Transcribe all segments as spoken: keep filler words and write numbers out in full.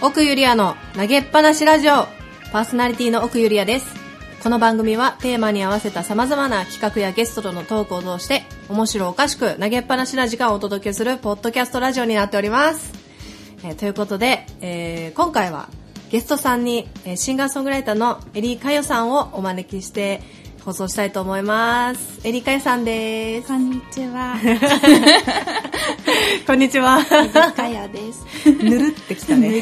奥ゆりやの投げっぱなしラジオ、パーソナリティの奥ゆりやです。この番組はテーマに合わせた様々な企画やゲストとのトークを通して面白おかしく投げっぱなしな時間をお届けするポッドキャストラジオになっております。えー、ということで、えー、今回はゲストさんに、えー、シンガーソングライターのエリーカヨさんをお招きして放送したいと思います。エリーカヨさんです。 こんにちは。 こんにちは。 エリーカヨです。 ぬるってきたね。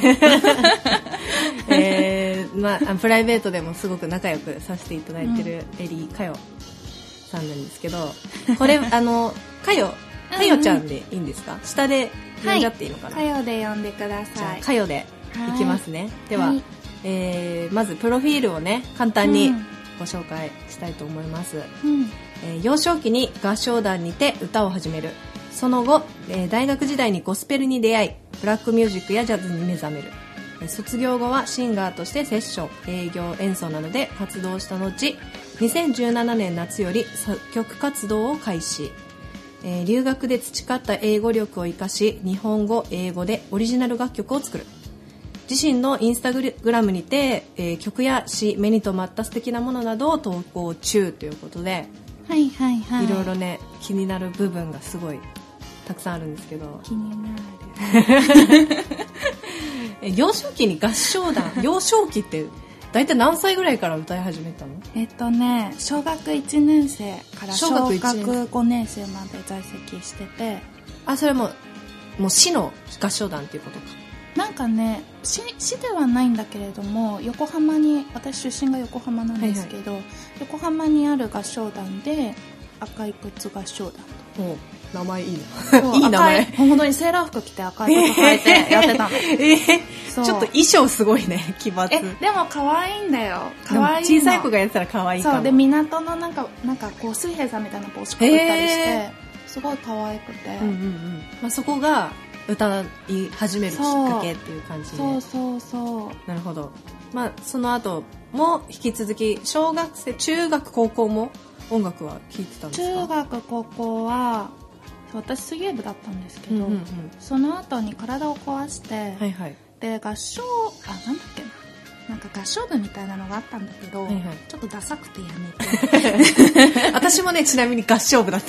えー、まあプライベートでもすごく仲良くさせていただいてるエリーカヨさんなんですけど、これあのカヨカヨちゃんでいいんですか？下で呼んじゃっていいのかな？ カヨで呼んでください。 カヨでいきますね。では、 はい、 えー、まずプロフィールをね簡単にご紹介したいと思います。 うんえー、幼少期に合唱団にて歌を始める。その後、えー、大学時代にゴスペルに出会い、ブラックミュージックやジャズに目覚める。えー、卒業後はシンガーとしてセッション、営業、演奏などで活動した後、にせんじゅうななねん夏より作曲活動を開始。えー、留学で培った英語力を生かし、日本語、英語でオリジナル楽曲を作る。自身のインスタグラムにて、えー、曲や詩、目に留まった素敵なものなどを投稿中ということで、 はいはいはい。 いろいろね気になる部分がすごいたくさんあるんですけど。 気になる。 幼少期に合唱団、幼少期って大体何歳ぐらいから歌い始めたの？ えっとね、小学いちねん生から小小学いちねん学ごねん生まで在籍してて、 あ、それももう市の合唱団っていうことか。 なんかね、市、市ではないんだけれども、横浜に、私出身が横浜なんですけど、はいはい、横浜にある合唱団で赤い靴合唱団と。 お、名前いいな。いい名前。 本当にセーラー服着て赤い靴履いてやってたの。 えーえー、ちょっと衣装すごいね、奇抜。 え、でも可愛いんだよ。可愛いの。 小さい子がやってたら可愛いかも。 そうで、港のなんかなんかこう水平さんみたいな帽子かぶったりして、えー、すごい可愛くて。 うんうんうん。まあ、そこが歌い始めるきっかけっていう感じで。 そうそうそう。 なるほど。まあその後も引き続き小学生、中学、高校も音楽は聴いてたんですか？ 中学、高校は私水泳部だったんですけど、うんうんうん、その後に体を壊して、はいはい、で合唱あなんだっけな。なんか合唱部みたいなのがあったんだけど、はいはい、ちょっとダサくてやめて。 私もね、ちなみに合唱部だった。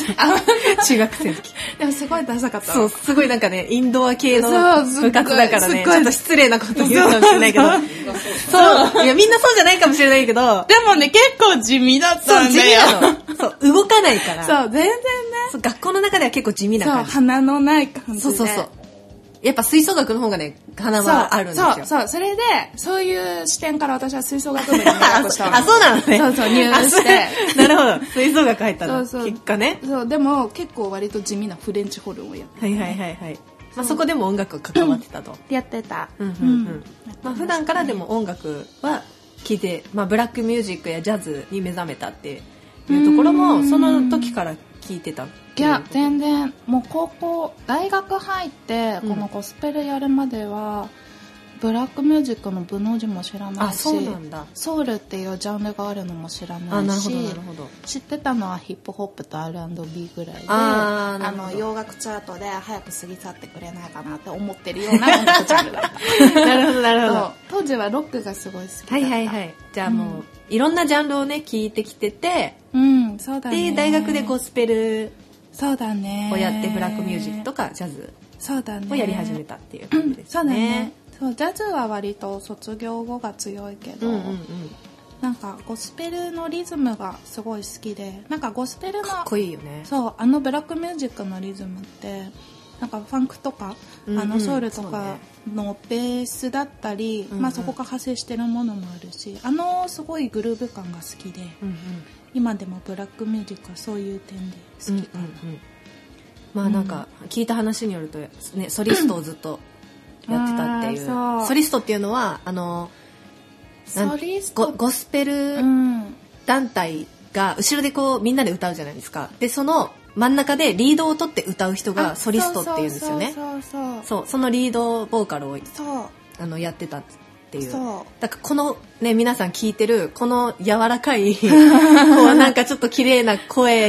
中学生の時。 でもすごいダサかった。 そう、すごいなんかね、インドア系の部活だからね、ちょっと失礼なこと言うかもしれないけど。そう、いやみんなそうじゃないかもしれないけど。 でもね、結構地味だったんだよ。 そう、地味なの。そう、動かないから。 そう、全然ね。 そう、学校の中では結構地味な感じ。 そう、鼻のない感じで。 そうそうそう。やっぱ吹奏楽の方がね、花はあるんですよ。 そう、そう、それで、そういう視点から私は吹奏楽部に入学したの。 あ、そうなのね。 そうそう、入部して。 なるほど。吹奏楽入ったの。 そうそう。 結果ね。 そう、でも結構割と地味なフレンチホルンをやってた、ね。 はいはいはいはい。まあそこでも音楽関わってたと。 うん、やってた。 うんうんうん。まあ普段からでも音楽は聴いて、まあブラックミュージックやジャズに目覚めたっていうところも、その時から聴いてた。 いや全然もう高校大学入ってこのゴスペルやるまでは、うん、ブラックミュージックの部の字も知らないし、 あ、そうなんだ。 ソウルっていうジャンルがあるのも知らないし、 あ、なるほどなるほど。 知ってたのはヒップホップと アールアンドビー ぐらいで、 ああの洋楽チャートで早く過ぎ去ってくれないかなって思ってるような音楽ジャンルだったなるほどなるほど。 当時はロックがすごい好きだった。 はいはいはい。じゃあもう、うん、いろんなジャンルをね聞いてきてて、 うん、そうだね。 で大学でゴスペルそうだね。 をやってブラックミュージックとかジャズをやり始めたっていう感じですね。 そうだね。そう、ジャズは割と卒業後が強いけど、うんうんうん、なんかゴスペルのリズムがすごい好きで、なんかゴスペルのかっこいいよね。 そう、あのブラックミュージックのリズムってなんかファンクとか、うんうん、あのソウルとかのベースだったり、うんうん、まあそこが派生してるものもあるし、あのすごいグルーヴ感が好きで。うんうん、今でもブラックミュージックはそういう点で好きかな、うんうんうん、 まあなんか聞いた話によると、ね、ソリストをずっとやってたっていう、うん、ソリストっていうのはあのソリストゴ, ゴスペル団体が後ろでこうみんなで歌うじゃないですか。でその真ん中でリードを取って歌う人がソリストっていうんですよね。 そうそうそうそう、 そう、そのリードボーカルをそうあのやってたっていう。 そうだからこのね皆さん聞いてるこの柔らかいこうなんかちょっと綺麗な声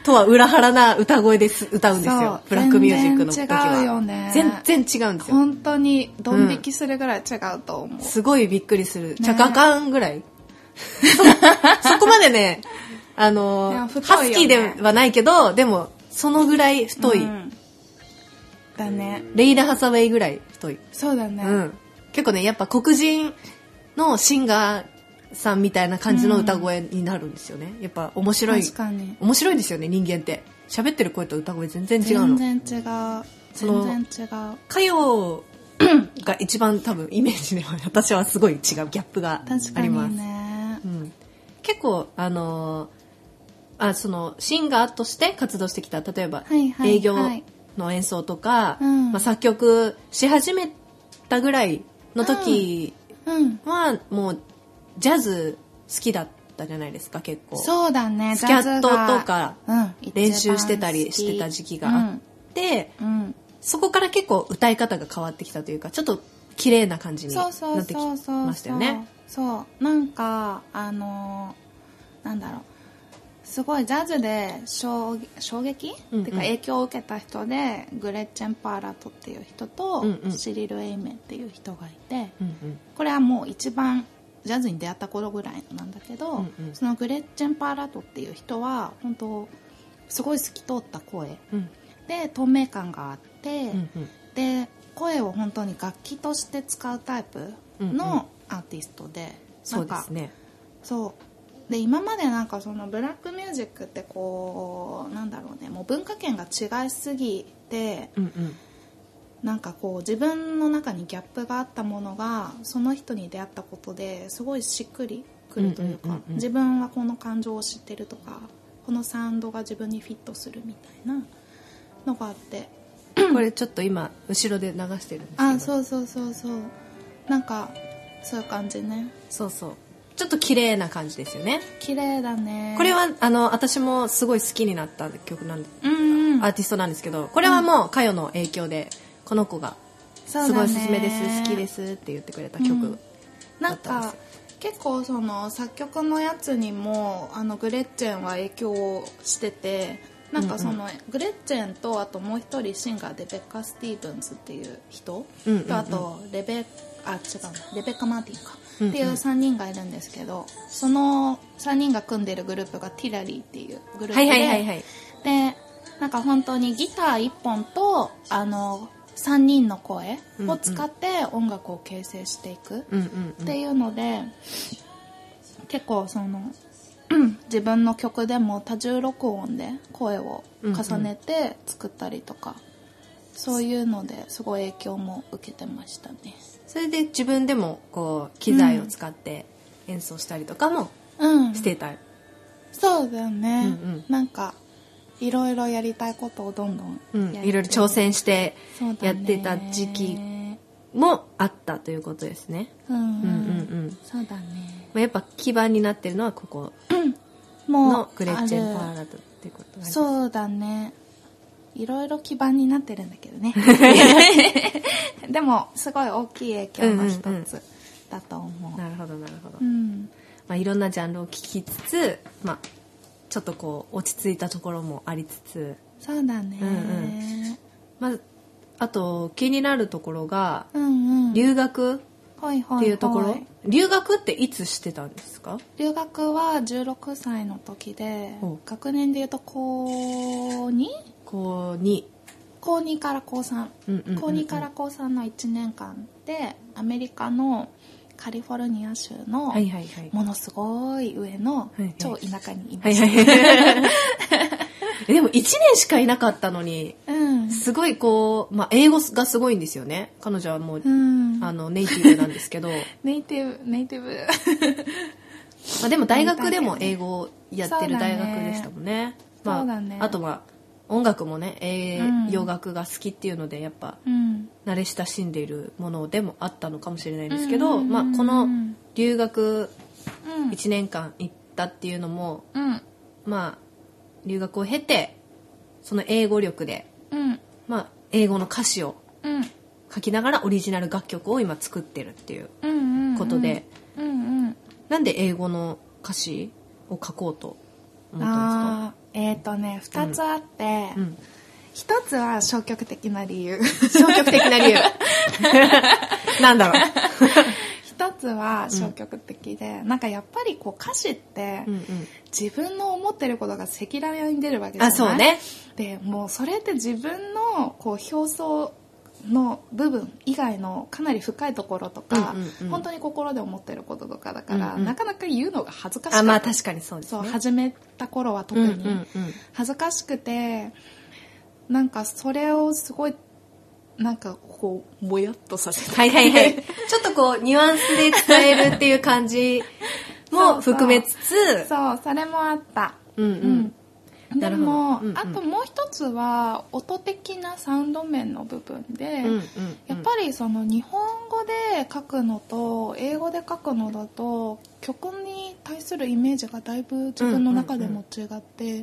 とは裏腹な歌声です歌うんですよ。ブラックミュージックの時は。 全然違うよね。 全然違うんですよ。 本当にドン引きするぐらい違うと思う。うん、 すごいびっくりする。チャカカンぐらい。そ, そこまでね、あの、ね、ハスキーではないけど、でも、そのぐらい太い。うん、 だね。 レイダ・ハサウェイぐらい太い。 そうだね。 うん。結構ね、やっぱ黒人のシンガーさんみたいな感じの歌声になるんですよね。やっぱ面白い。 確かに。 面白いですよね、人間って。喋ってる声と歌声全然違うの。 全然違う。全然違う。 歌謡が一番多分イメージでは私はすごい違うギャップがあります。 確かにね。 うん、結構あのあそのシンガーとして活動してきた、例えば、はいはい、営業の演奏とか、うんまあ、作曲し始めたぐらいの時はもうジャズ好きだったじゃないですか。結構そうだね。 スキャットとか練習してたりしてた時期があって、うんうん、そこから結構歌い方が変わってきたというか、ちょっと綺麗な感じになってきましたよね。 そうなんかあのー、なんだろう、すごいジャズで衝撃、うんうん、っていうか影響を受けた人でグレッチェン・パーラットっていう人と、うんうん、シリル・エイメンっていう人がいて、うんうん、これはもう一番ジャズに出会った頃ぐらいなんだけど、うんうん、そのグレッチェン・パーラットっていう人は本当すごい透き通った声、うん、で透明感があって、うんうん、で声を本当に楽器として使うタイプのアーティストで、 うんうん、なんかそうですね。 そうで今までなんかそのブラックミュージックってこうなんだろうね、もう文化圏が違いすぎて、うんうん、なんかこう自分の中にギャップがあったものがその人に出会ったことですごいしっくりくるというか、うんうんうんうん、自分はこの感情を知ってるとか、このサウンドが自分にフィットするみたいなのがあって、 これちょっと今後ろで流してるんですけど、 あ、そうそうそうそう、なんかそういう感じね。 そうそう、ちょっと綺麗な感じですよね。 綺麗だね。 これはあの私もすごい好きになった曲なんで、うんうん、アーティストなんですけど、これはもうカヨの影響で、この子がすごいおすすめです、好きですって言ってくれた曲だったんですよ。 なんか結構その作曲のやつにもあのグレッチェンは影響してて、なんかその、うんうん、グレッチェンとあともう一人シンガーでベッカ・スティーブンズっていう人、うんうんうん、とあとレベあ違うレベッカ・マーティンかっていうさんにんがいるんですけど、うんうん、そのさんにんが組んでるグループがティラリーっていうグループで、はいはいはいはい、でなんか本当にギターいっぽんとあのさんにんの声を使って音楽を形成していくっていうので、うんうんうん、結構その自分の曲でも多重録音で声を重ねて作ったりとか、うんうん、そういうのですごい影響も受けてましたね。 それで自分でもこう機材を使って演奏したりとかもしてた、うん、 そうだよね、うんうん、なんかいろいろやりたいことをどんどんやって、うん、いろいろ挑戦してやってた時期もあったということですね。 うんうんうんうん、そうだね。 まあ、やっぱ基盤になってるのはここのグレッチェン・パーラトっていうことが、 そうだね。いろいろ基盤になってるんだけどねでもすごい大きい影響の一つだと思う、うんうんうん、 なるほどなるほど、うんまあ、いろんなジャンルを聴きつつ、まあ、ちょっとこう落ち着いたところもありつつ、 そうだね、うんうんまあ、あと気になるところが、うんうん、留学っていうところ、はいはいはい、留学っていつしてたんですか？ 留学はじゅうろくさいの時で、学年でいうとこうに？ こうにこうにからこうさん、うんうんうんうん、こうにからこうさんのいちねんかんでアメリカのカリフォルニア州のものすごい上の超田舎にいました、はいはいはい、 でもいちねんしかいなかったのに、うん、すごいこう、まあ、英語がすごいんですよね。彼女はもう、うん、あのネイティブなんですけどネイティブネイティブまあでも大学でも英語をやってる大学でしたもんね。まあ、そうだね。あとは音楽もね、えーうん、洋楽が好きっていうのでやっぱ、うん、慣れ親しんでいるものでもあったのかもしれないんですけど、うんうんうんうん、まあ、この留学いちねんかん行ったっていうのも、うん、まあ留学を経てその英語力で、うんまあ、英語の歌詞を書きながらオリジナル楽曲を今作ってるっていうことで、うんうんうん、なんで英語の歌詞を書こうと思ったんですか？ えっ、ー、とねふたつあって、うん、ひとつは消極的な理由消極的な理由なんだろう一つは消極的で、うん、なんかやっぱりこう歌詞って、うんうん、自分の思ってることが赤裸々に出るわけじゃない。 あ、そうね。 でもうそれって自分のこう表層の部分以外のかなり深いところとか、うんうんうん、本当に心で思ってることとかだから、うんうん、なかなか言うのが恥ずかしかった。 あ、まあ確かにそうですね。 そう始めた頃は特に恥ずかしくて、なんかそれをすごいなんかこうもやっとさせて、 はいはいはいちょっとこうニュアンスで伝えるっていう感じも含めつつそうそうそれもあった。うんうんでも、うんうん、あともう一つは音的なサウンド面の部分で、うんうんうん、やっぱりその日本語で書くのと英語で書くのだと曲に対するイメージがだいぶ自分の中でも違って、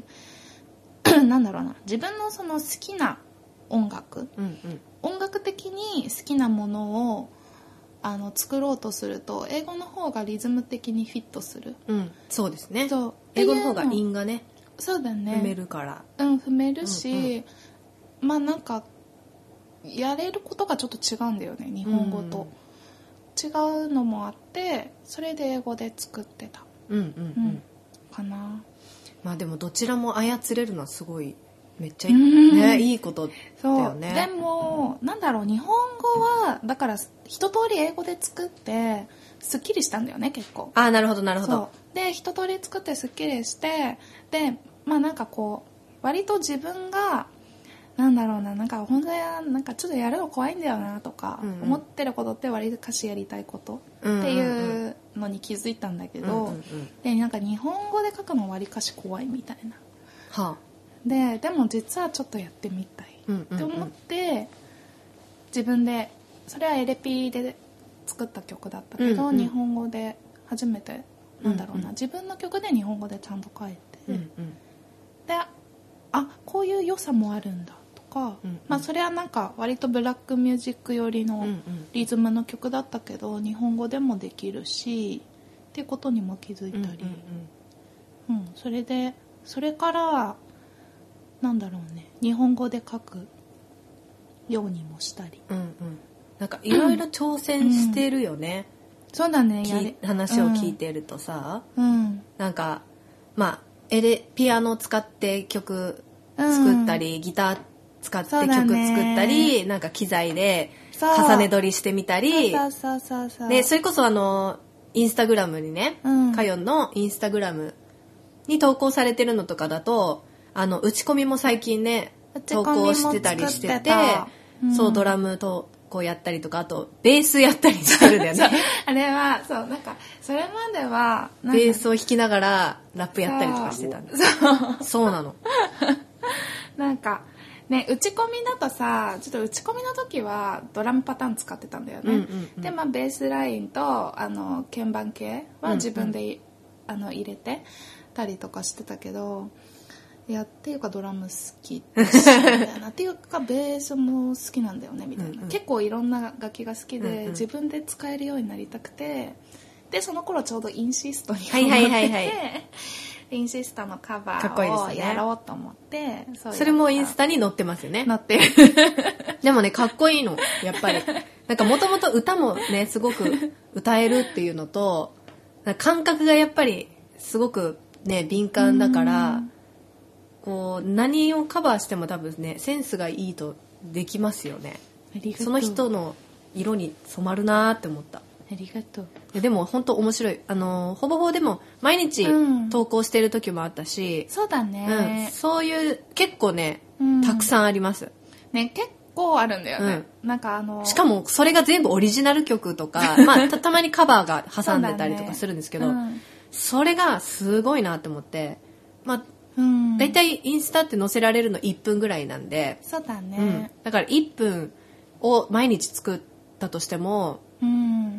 うんうんうん、なんだろうな自分のその好きな音楽、うんうん、音楽的に好きなものをあの作ろうとすると英語の方がリズム的にフィットする、 うん、そうですね。そう英語の方が韻がねそうだね踏めるからうん踏めるし、うんうん、まあなんかやれることがちょっと違うんだよね日本語と、うん、違うのもあってそれで英語で作ってた、うんうんうん、かな。 まあでもどちらも操れるのはすごいめっちゃいい、ね、いいことだよね。 でもなんだろう日本語はだから一通り英語で作ってすっきりしたんだよね結構。 ああなるほどなるほど。 で一通り作ってすっきりしてでまあなんかこう割と自分がなんだろうななんか本当はなんかちょっとやるの怖いんだよなとか、うんうん、思ってることって割と歌詞やりたいことっていうのに気づいたんだけど、うんうんうん、でなんか日本語で書くの割かし怖いみたいな。はあで, でも実はちょっとやってみたいって思って、うんうんうん、自分でそれはエレピーで作った曲だったけど、うんうん、日本語で初めてなんだろうな、うんうん、自分の曲で日本語でちゃんと書いて、うんうん、であこういう良さもあるんだとか、うんうん、まあそれはなんか割とブラックミュージック寄りのリズムの曲だったけど、うんうん、日本語でもできるしっていうことにも気づいたり、うんうんうんうん、それでそれからなんだろうね日本語で書くようにもしたり、うんうん、 なんかいろいろ挑戦してるよね、 うん、そうだねやれ話を聞いてるとさ、うん、なんかまあエレピアノ使って曲作ったり、うん、ギター使って曲作ったり、なんか機材で重ね撮りしてみたりそうそうそうそうでそれこそあのインスタグラムにね、うん、カヨンのインスタグラムに投稿されてるのとかだとあの打ち込みも最近ね投稿してたりしてて、うん、そうドラムとこうやったりとかあとベースやったりしてるんだよねあれはそうなんかそれまではベースを弾きながらラップやったりとかしてたんだそうそうなのなんかね打ち込みだとさちょっと打ち込みの時はドラムパターン使ってたんだよね、うんうんうん、でまあベースラインとあの鍵盤系は自分で、うんうん、あの入れてたりとかしてたけどいやっていうかドラム好きみたいなっていうかベースも好きなんだよねみたいな、うんうん、結構いろんな楽器が好きで、うんうん、自分で使えるようになりたくてでその頃ちょうどインシストにハマってて、はいはいはいはい、インシストのカバーをやろうと思って、ね、 そうそれもインスタに載ってますよね。 載ってるでもねかっこいいのやっぱりなんかもともと歌もねすごく歌えるっていうのと感覚がやっぱりすごくね敏感だからこう何をカバーしても多分ねセンスがいいとできますよね。その人の色に染まるなって思った。 ありがとう。でも本当面白い。あのほぼほぼでも毎日投稿してる時もあったし、 うん、そうだね、 うん、そういう結構ね、うん、たくさんあります。 ね結構あるんだよね。うん、なんかあのしかもそれが全部オリジナル曲とか、まあ た, たまにカバーが挟んでたりとかするんですけど、そ, ねうん、それがすごいなって思って、まあ。うん、だいたいインスタって載せられるのいっぷんぐらいなんでそうだね、 うん、だからいっぷんを毎日作ったとしても、うん、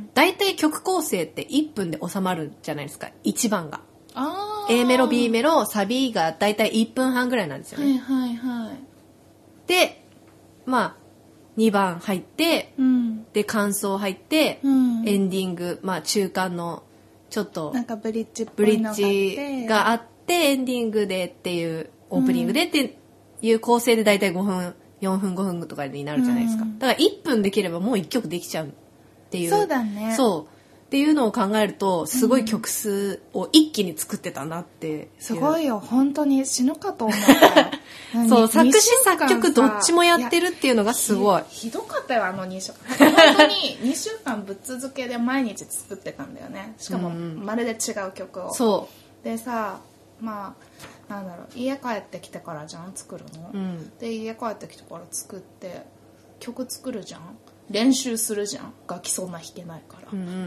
だいたい曲構成っていっぷんで収まるじゃないですかいちばんがあ A メロ B メロサビがだいたいいっぷんはんぐらいなんですよね、はいはいはい、でまあにばん入って、うん、で感想入って、うん、エンディング、まあ、中間のちょっとなんかブリッジっぽいのがあってブリッジがあってエンディングでっていうオープニングでっていう構成でだいたいごふんよんぷんごふんとかになるじゃないですか、うん、だからいっぷんできればもういっきょくできちゃうっていうそうだねそうっていうのを考えるとすごい曲数を一気に作ってたなっていう、うん、 すごいよ本当に死ぬかと思ったそう作詞作曲どっちもやってるっていうのがすごいひ, ひどかったよあのにしゅうかん本当ににしゅうかんぶっ続けで毎日作ってたんだよねしかもまるで違う曲を、うん、 そうでさまあなんだろう家帰ってきてからじゃん作るの、うん、で家帰ってきてから作って曲作るじゃん練習するじゃん楽器そんな弾けないから、うんうんうんうん、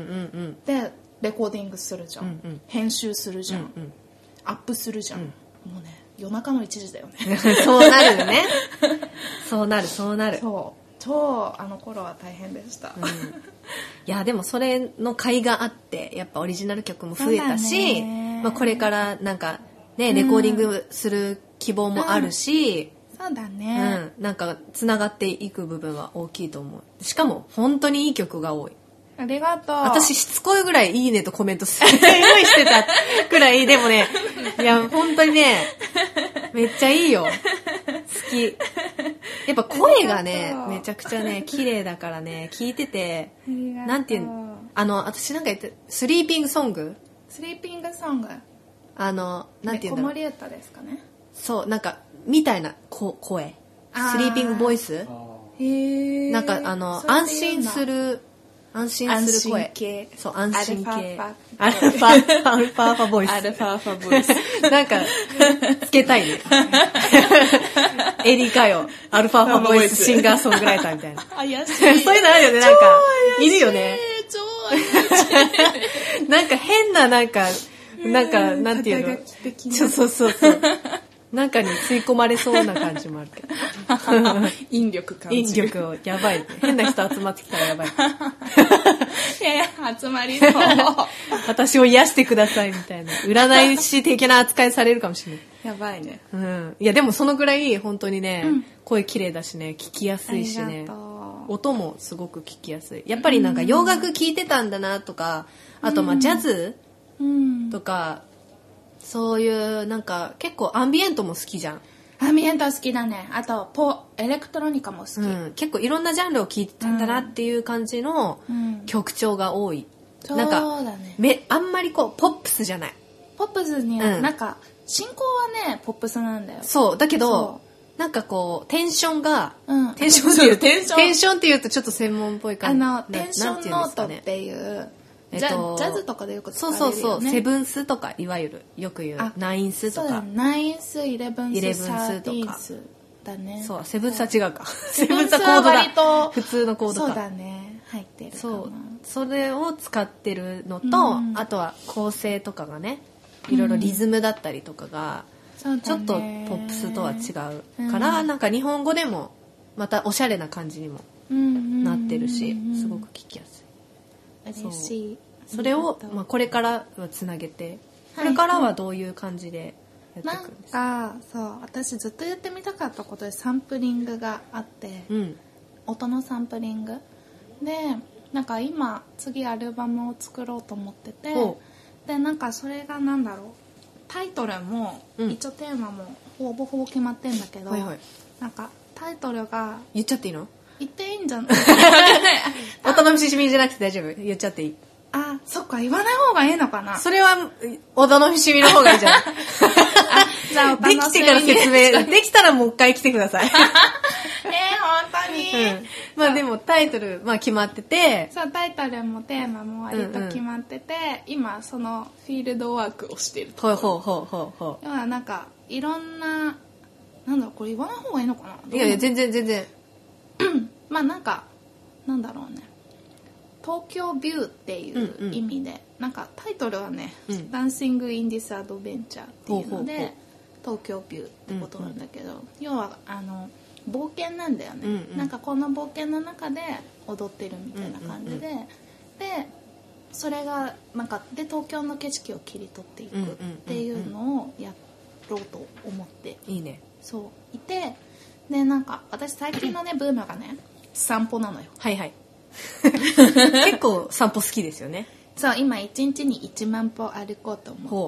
でレコーディングするじゃん、うんうん、編集するじゃん、うんうん、アップするじゃん、うん、もうね夜中のいちじだよねそうなるよねそうなるそうなるそう超あの頃は大変でした、うん、いやでもそれの甲斐があってやっぱオリジナル曲も増えたし、まあ、これからなんかねレコーディングする希望もあるし、うんそうだね、 うん、なんかつながっていく部分は大きいと思うしかも本当にいい曲が多いありがとう私しつこいぐらいいいねとコメントすごいしてたくらいでもねいや本当にねめっちゃいいよ好きやっぱ声がねめちゃくちゃね綺麗だからね聞いててなんていうのあの私なんか言ってスリーピングソングスリーピングソングあのなんていうんだろう子守歌ですかねそうなんかみたいな声スリーピングボイスへなんかあの安心する安心する声安心系そう安心系アルファアルファアルファボイスアルファファボイスなんかつけたいねエリカよアルファファボイスシンガーソングライターみたいな怪しいそういうのあるよねなんかいるよね超怪しいなんか変ななんかなんかなんていうのそうそうそうそうなんかに吸い込まれそうな感じもあるけど引力感じ引力をやばい変な人集まってきたらやばいいやいや集まりそう私を癒してくださいみたいな占い師的な扱いされるかもしれないやばいね、 うん、いやでもそのぐらい本当にね、うん、声綺麗だしね聞きやすいしね音もすごく聞きやすいやっぱりなんか洋楽聴いてたんだなとかあとまあジャズとか、うんそういうなんか結構アンビエントも好きじゃんアンビエント好きだねあとポエレクトロニカも好き、 うん、結構いろんなジャンルを聴いてたんだなっていう感じの曲調が多い、 うん、 なんかそうだねめあんまりこうポップスじゃないポップスには、うん、なんか進行はねポップスなんだよそうだけどなんかこうテンションが、うん、テンションっていうテンションテンションっていうとちょっと専門っぽい感じあのテンションノートっていうえっと、ジャズとかでよく使われるよねそうそうそうセブンスとかいわゆるよく言うナインスとかそうだナインスイレブンスサーティーンスだねそうセブンスは違うかセブンスは割と普通のコードかそうだね入ってるかなそうそれを使ってるのと、うん、あとは構成とかがねいろいろリズムだったりとかが、うん、ちょっとポップスとは違うから、うん、なんか日本語でもまたおしゃれな感じにもなってるし、うんうん、すごく聞きやすい嬉しいそ, それを、まあ、これからはつなげてこれからはどういう感じでやっていくんですか、 なんかそう私ずっとやってみたかったことでサンプリングがあって、うん、音のサンプリングでなんか今次アルバムを作ろうと思っててでなんかそれがなんだろうタイトルも、うん、一応テーマもほぼほぼ決まってんだけど、はいはい、なんかタイトルが言っちゃっていいの言っていいんじゃないお楽しみじゃなくて大丈夫言っちゃっていいあそっか言わない方がいいのかなそれはお楽しみの方がいいじゃんじゃあできてから説明できたらもう一回来てくださいえー、 本当に、 うん、まあでもタイトル、まあ、決まっててそうタイトルもテーマも割と決まってて、うんうん、今そのフィールドワークをしているところほうほうほうほう要はなんかいろんななんだろうこれ言わない方がいいのかないやいや全然全然まあなんかなんだろうね東京ビューっていう意味で、うんうん、なんかタイトルはね「うん、ダンシング・イン・ディス・アドベンチャー」っていうのでほうほうほう東京ビューってことなんだけど、うんうん、要はあの冒険なんだよね、うんうん、なんかこの冒険の中で踊ってるみたいな感じで、うんうんうん、でそれがなんかで東京の景色を切り取っていくっていうのをやろうと思って、 いいねそういてでなんか私最近のねブームがね散歩なのよはいはい結構散歩好きですよねそう今いちにちにいちまん歩歩こうと思って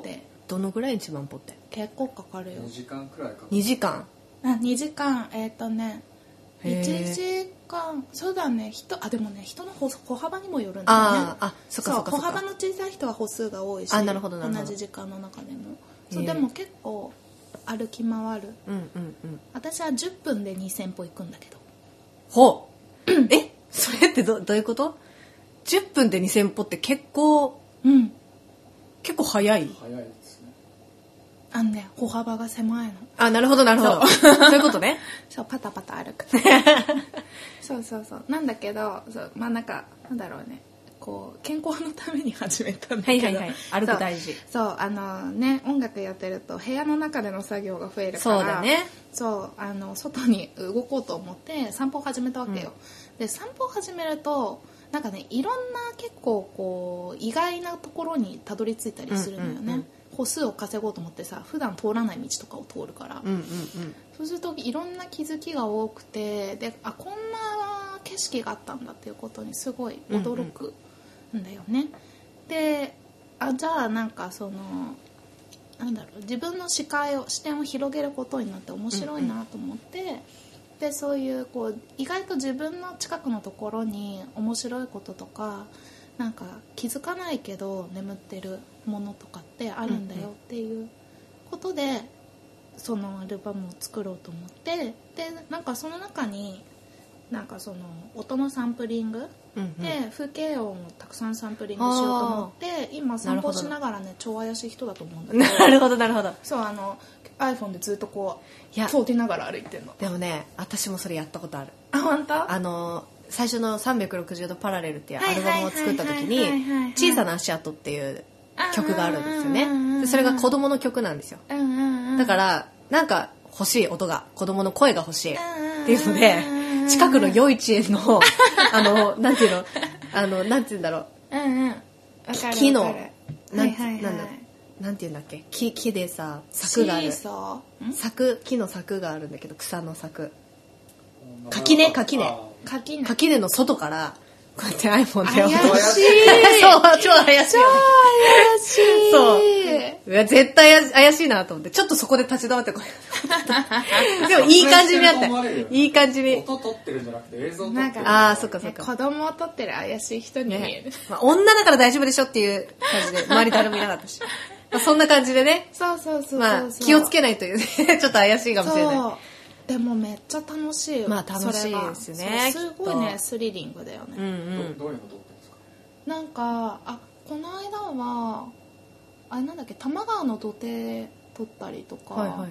どのぐらいいちまん歩って？ 結構かかるよ。 にじかんくらいかかる。 にじかん？ あ、にじかん、えっ、ー、とねへーいちじかん、そうだね、人あでもね人の歩歩幅にもよるんだよね。 ああ、そっかそっかそっか。 歩幅の小さい人は歩数が多いし、 あ、なるほどなるほど。 同じ時間の中でもそうでも結構歩き回る。 うんうんうん。 私はじゅっぷんでにせん歩行くんだけど。 ほうえそれってどどういうこと？じゅっぷんでにせん歩って結構、 うん、 早結構早い。 いですね。 あのね、歩幅が狭いの。 あ、なるほどなるほど。そういうことね。 そうパタパタ歩く。そうそうそうなんだけど、そうまあなんかなんだろうね、こう健康のために始めたんだけど、 はいはいはい、歩く大事。 そう、そうあのね音楽やってると部屋の中での作業が増えるから、 そうだね。 そうあの外に動こうと思って散歩を始めたわけよ。うん、で散歩を始めるとなんかねいろんな結構こう意外なところにたどり着いたりするのよね。うんうんうん、歩数を稼ごうと思ってさ普段通らない道とかを通るから、うんうんうん、そうするといろんな気づきが多くてであこんな景色があったんだっていうことにすごい驚くんだよね。うんうん、であじゃあなんかそのなんだろう自分の視界を視点を広げることになって面白いなと思って、うんうん、でそういうこう意外と自分の近くのところに面白いこととかなんか気づかないけど眠ってるものとかってあるんだよっていうことで、うんうん、そのアルバムを作ろうと思ってでなんかその中になんかその音のサンプリング、うんうん、で風景音をたくさんサンプリングしようと思って今散歩しながらね超怪しい人だと思うんだけどなるほどなるほどそうあの iPhone でずっとこう通りながら歩いてるの。 でもね私もそれやったことある。 あ本当？ あの最初のさんびゃくろくじゅうどパラレルっていうアルバムを作った時に小さな足跡っていう曲があるんですよね。でそれが子供の曲なんですよ。だからなんか欲しい音が子供の声が欲しいっていうので近くの夜市へのあのなんていうのあのなんていうんだろう、うんうん、木のなんなんだなんていうんだっけ 木, 木でさ柵がある柵木の柵があるんだけど草の柵垣根垣根垣根垣根の外からこうやって iPhone で怪しいそう超怪しい超怪しいそういや絶対怪しいなと思ってちょっとそこで立ち止まってこうでもいい感じになっていい感じに音撮ってるんじゃなくて映像撮ってる。 ああそっかそっか子供を撮ってる怪しい人に見える、ねまあ、女だから大丈夫でしょっていう感じで周り誰もいなかったしまあそんな感じでねそうそうそうそう、 まあ、気をつけないというねちょっと怪しいかもしれない。 でもめっちゃ楽しいよ。 まあ楽しいですね。 すごいねスリリングだよね。 うんうん、ど, どういうの撮ってるんですか？ なんかあこの間はあれなんだっけ多摩川の土手撮ったりとか、はいはい、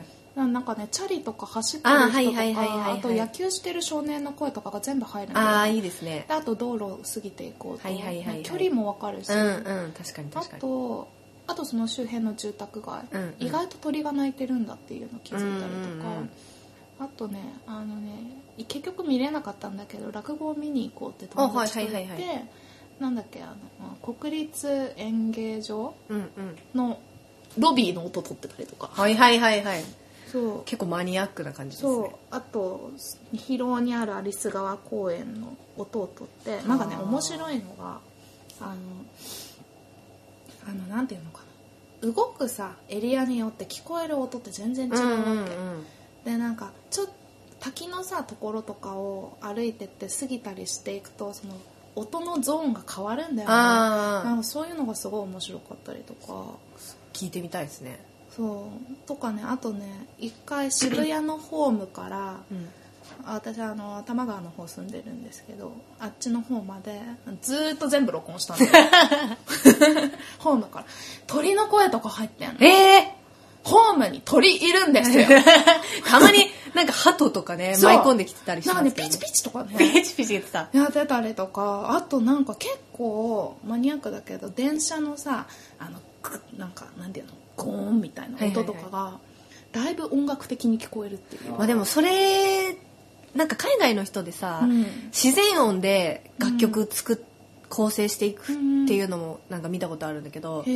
なんかねチャリとか走ってる人とか あ,、はいはいはいはい、あと野球してる少年の声とかが全部入るんだよね。 ああいいですね。 であと道路を過ぎていこうと、はいはいはいはい、距離も分かるし、 うんうん、確かに確かに。 あとあとその周辺の住宅街、うんうん、意外と鳥が鳴いてるんだっていうのを気づいたりとか、うんうんうんあとねあのね結局見れなかったんだけど落語を見に行こうって友達と言って、はいはいはいはい、なんだっけあの国立演芸場のロビーの音取ってたりとか、 はいはいはいはいそう結構マニアックな感じですね。 そうあと広尾にある有栖川公園の音を取ってなんかね面白いのがあのあのなんていうのかな動くさエリアによって聞こえる音って全然違うわけ、うんうんうんでなんかちょっと滝のさところとかを歩いてって過ぎたりしていくとその音のゾーンが変わるんだよね。なんかそういうのがすごい面白かったりとか聞いてみたいですね。 そうとかねあとね一回渋谷のホームから、うん、私あの多摩川の方住んでるんですけどあっちの方までずーっと全部録音したんだよホームから鳥の声とか入ってんの。 えーホームに鳥いるんですよたまになんか鳩とかね舞い込んできてたりしますけど、ね、 なんかねピチピチとかねピチピチ言ってたやってたりとかあとなんか結構マニアックだけど電車のさあのなんかなんていうのゴーンみたいな音とかがだいぶ音楽的に聞こえるっていう、 まあ、でもそれなんか海外の人でさ、うん、自然音で楽曲作って、うん構成していくっていうのもなんか見たことあるんだけど、うん、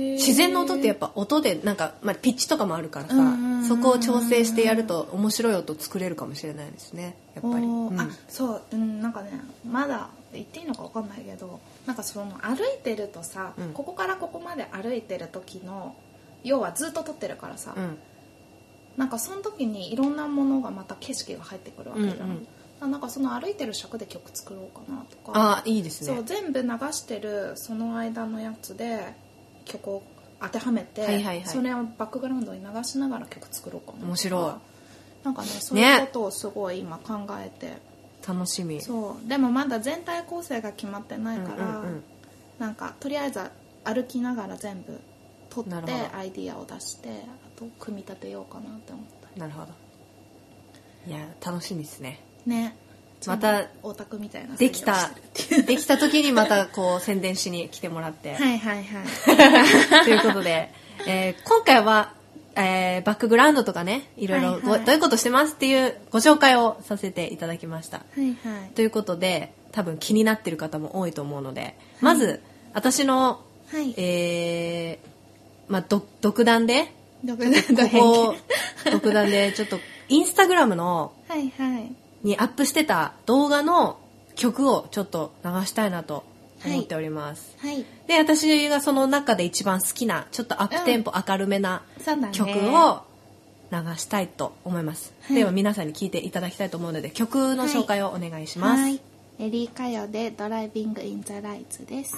自然の音ってやっぱ音でなんか、まあ、ピッチとかもあるからさ、うん、そこを調整してやると面白い音作れるかもしれないですねやっぱり、うん、 あそう、うん、なんかねまだ言っていいのか分かんないけどなんかその歩いてるとさ、うん、ここからここまで歩いてる時の要はずっと撮ってるからさ、 うん、 なんかその時にいろんなものがまた景色が入ってくるわけじゃん、 うんうん、なんかその歩いてる尺で曲作ろうかなとか。 あいいですね。 そう全部流してるその間のやつで曲を当てはめて、 はいはいはい、 それをバックグラウンドに流しながら曲作ろうかなとか。 面白い。 なんかねそういうことをすごい今考えて、ね、 楽しみ。 そうでもまだ全体構成が決まってないから、 うんうんうん、 なんかとりあえず歩きながら全部撮ってアイディアを出してあと組み立てようかなって思った。 なるほど。いや楽しみですね。 ねまたオタクみたいなできたできた時にまたこう宣伝しに来てもらってはいはいはいということで、えー、今回は、えー、バックグラウンドとかねいろいろ、はいはい、どういうことしてますっていうご紹介をさせていただきました、 はいはい、 ということで多分気になってる方も多いと思うので、はい、まず私の、はいえーまあ、ど独断で独断でここ独断でちょっとインスタグラムのはいはいにアップしてた動画の曲をちょっと流したいなと思っております、 はいはい、 で私がその中で一番好きなちょっとアップテンポ明るめな曲を流したいと思います、 はい、 では皆さんに聴いていただきたいと思うので曲の紹介をお願いします、はいはい、 エリー・カヨでドライビング・イン・ザ・ライツです。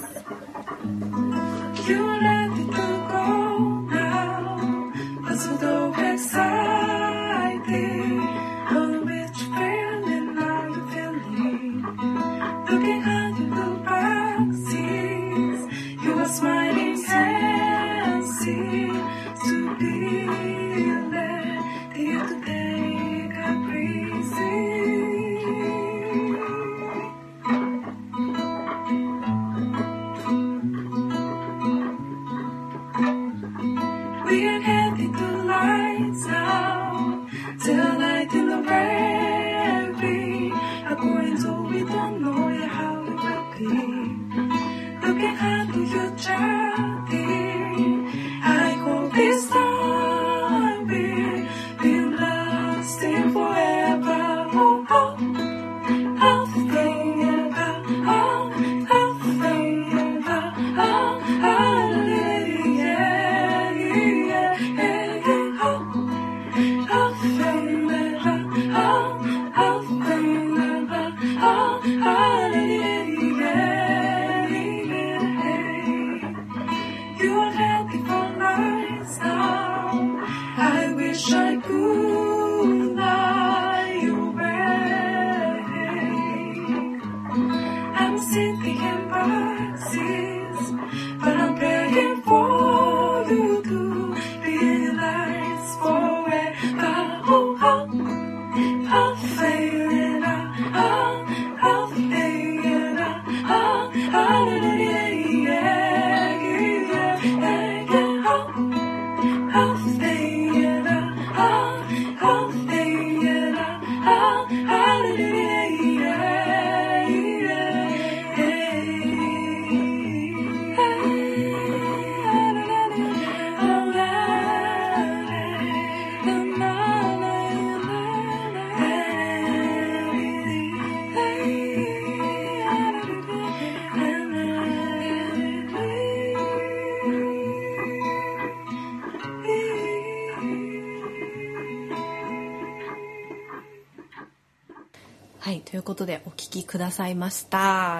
はい、ということでお聞きくださいました。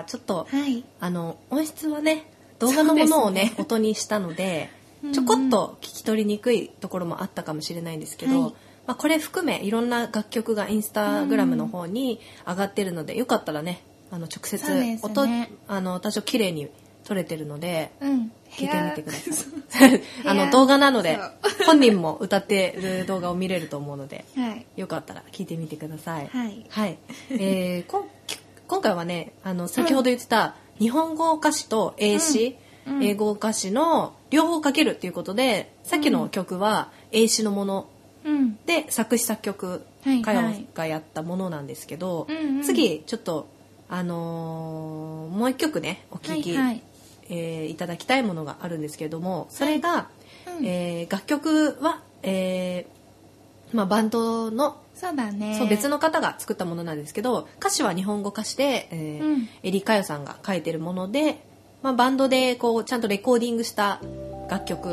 ちょっと、はい、あの音質はね動画のものをね音にしたのでちょこっと聞き取りにくいところもあったかもしれないんですけど、はいまあ、これ含めいろんな楽曲がインスタグラムの方に上がってるので、よかったらねあの直接音、ね、あの多少綺麗に撮れてるので、うん、聞いてみてくださいあの動画なので本人も歌ってる動画を見れると思うので、はい、よかったら聞いてみてください、はいはいえー、こ今回はねあの先ほど言ってた日本語歌詞と英詞、うん、英語歌詞の両方かけるっていうことで、さっきの曲は英詞のもの、うん、で作詞作曲歌謡がやったものなんですけど、はいはい、次ちょっとあのー、もう一曲ねお聴き、はいはいえー、いただきたいものがあるんですけれども、それが、はいうんえー、楽曲は、えーまあ、バンドのそうだね、 そう別の方が作ったものなんですけど、歌詞は日本語歌詞で、えーうん、エリカヨさんが書いてるもので、まあ、バンドでこうちゃんとレコーディングした楽曲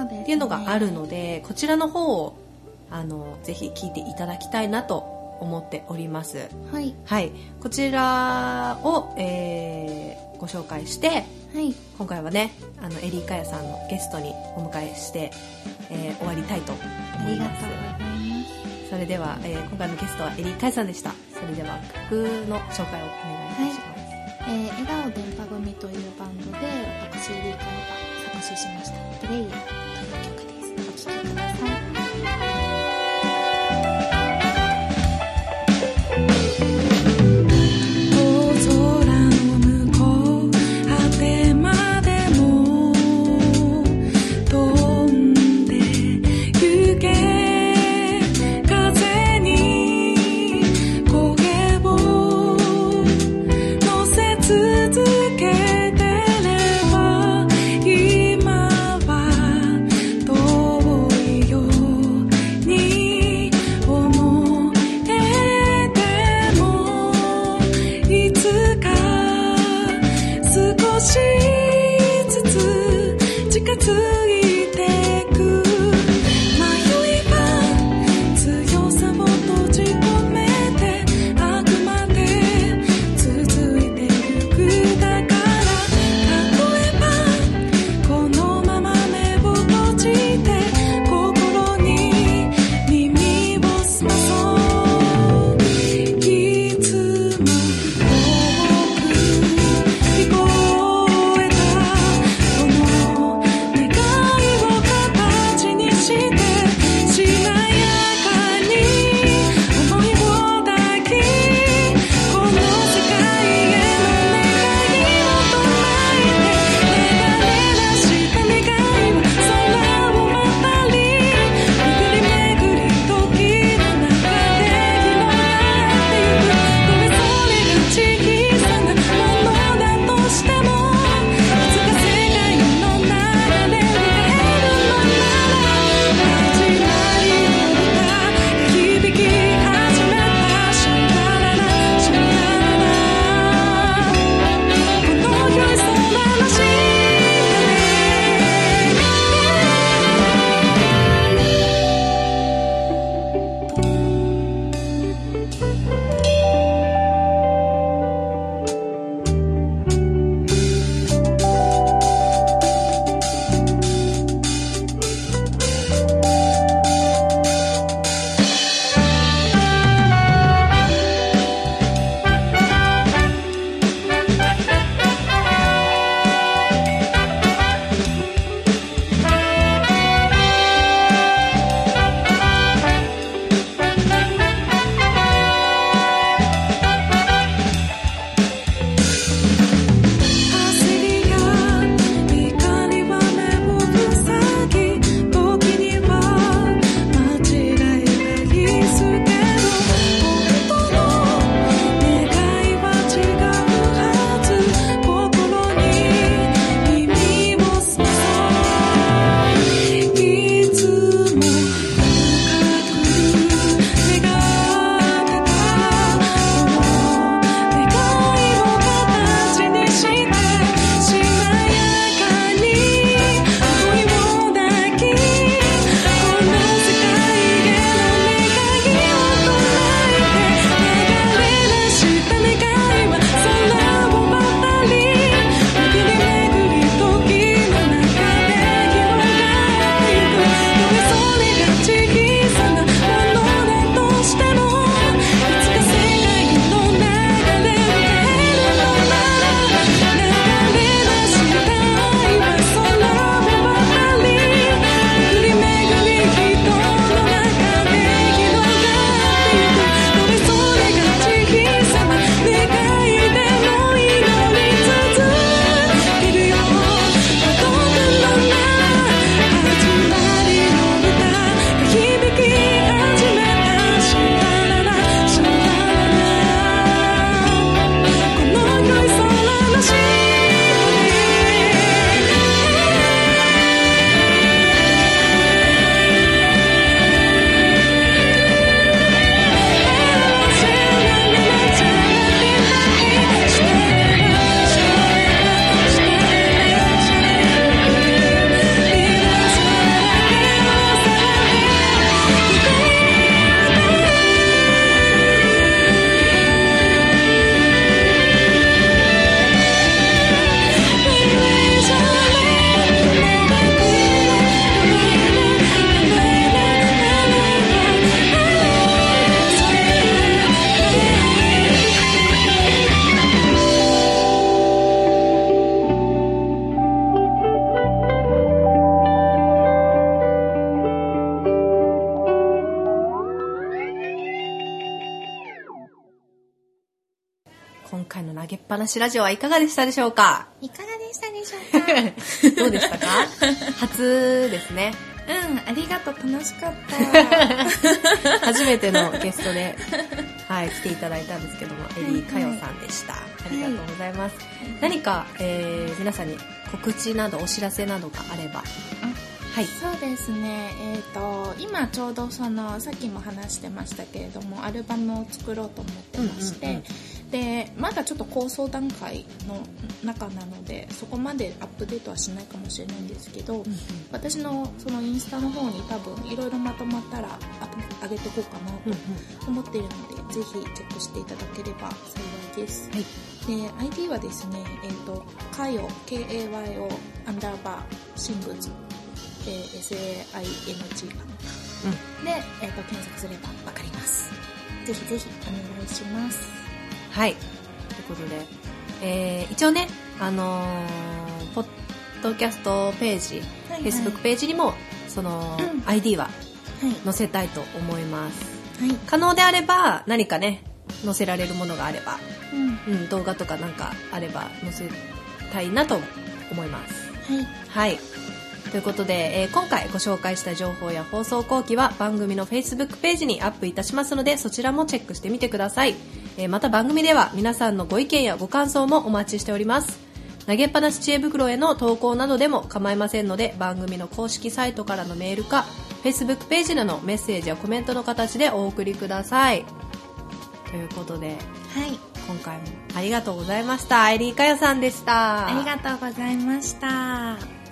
そうですね、 っていうのがあるので、こちらの方をあのぜひ聞いていただきたいなと思っております。 はい、 はい、こちらを、えー、ご紹介して、 はい、 今回はねあのエリーカヤさんのゲストにお迎えして、えー、終わりたいと思います。 ありがとうございます。 それでは、えー、今回のゲストはエリーカヤさんでした。それでは曲の紹介をお願いいたします。 はい、えー、笑顔電波組というバンドで私エリーカヤが作詞しましたプレイヤーという曲です。お聴きください。 今は遠い回の投げっぱなしラジオはいかがでしたでしょうか？ いかがでしたでしょうか？ どうでしたか？初ですね。 うん、ありがとう、楽しかった。 初めてのゲストで、はい、来ていただいたんですけども、エリーかよさんでした。ありがとうございます。はい、何か、えー、皆さんに告知などお知らせなどがあれば。 はい、そうですね、えーと、今ちょうどそのさっきも話してましたけれどもアルバムを作ろうと思ってまして、うんうんうん、でまだちょっと構想段階の中なのでそこまでアップデートはしないかもしれないんですけど、うんうん、私のそのインスタの方に多分いろいろまとまったら上げていこうかなと思っているので、ぜひチェックしていただければ幸いです。はい、で アイディー はですね、えーと、かよ ケーエーワイオ アンダーバーシングズエスエーアイエヌジー かな、うん、で、えーと、検索すればわかります。ぜひぜひお願いします。 はい、ということで、えー、一応ね、あのー、ポッドキャストページ、はいはい、Facebook ページにもその、うん、アイディー は載せたいと思います、はい、可能であれば何かね載せられるものがあれば、うんうん、動画とかなんかあれば載せたいなと思います。はい、はいということで、えー、今回ご紹介した情報や放送後期は番組の Facebook ページにアップいたしますので、そちらもチェックしてみてください。えー、また番組では皆さんのご意見やご感想もお待ちしております。投げっぱなし知恵袋への投稿などでも構いませんので、番組の公式サイトからのメールか Facebook ページでのメッセージやコメントの形でお送りください。ということで、はい、今回もありがとうございました。エリーかよさんでした。 ありがとうございました。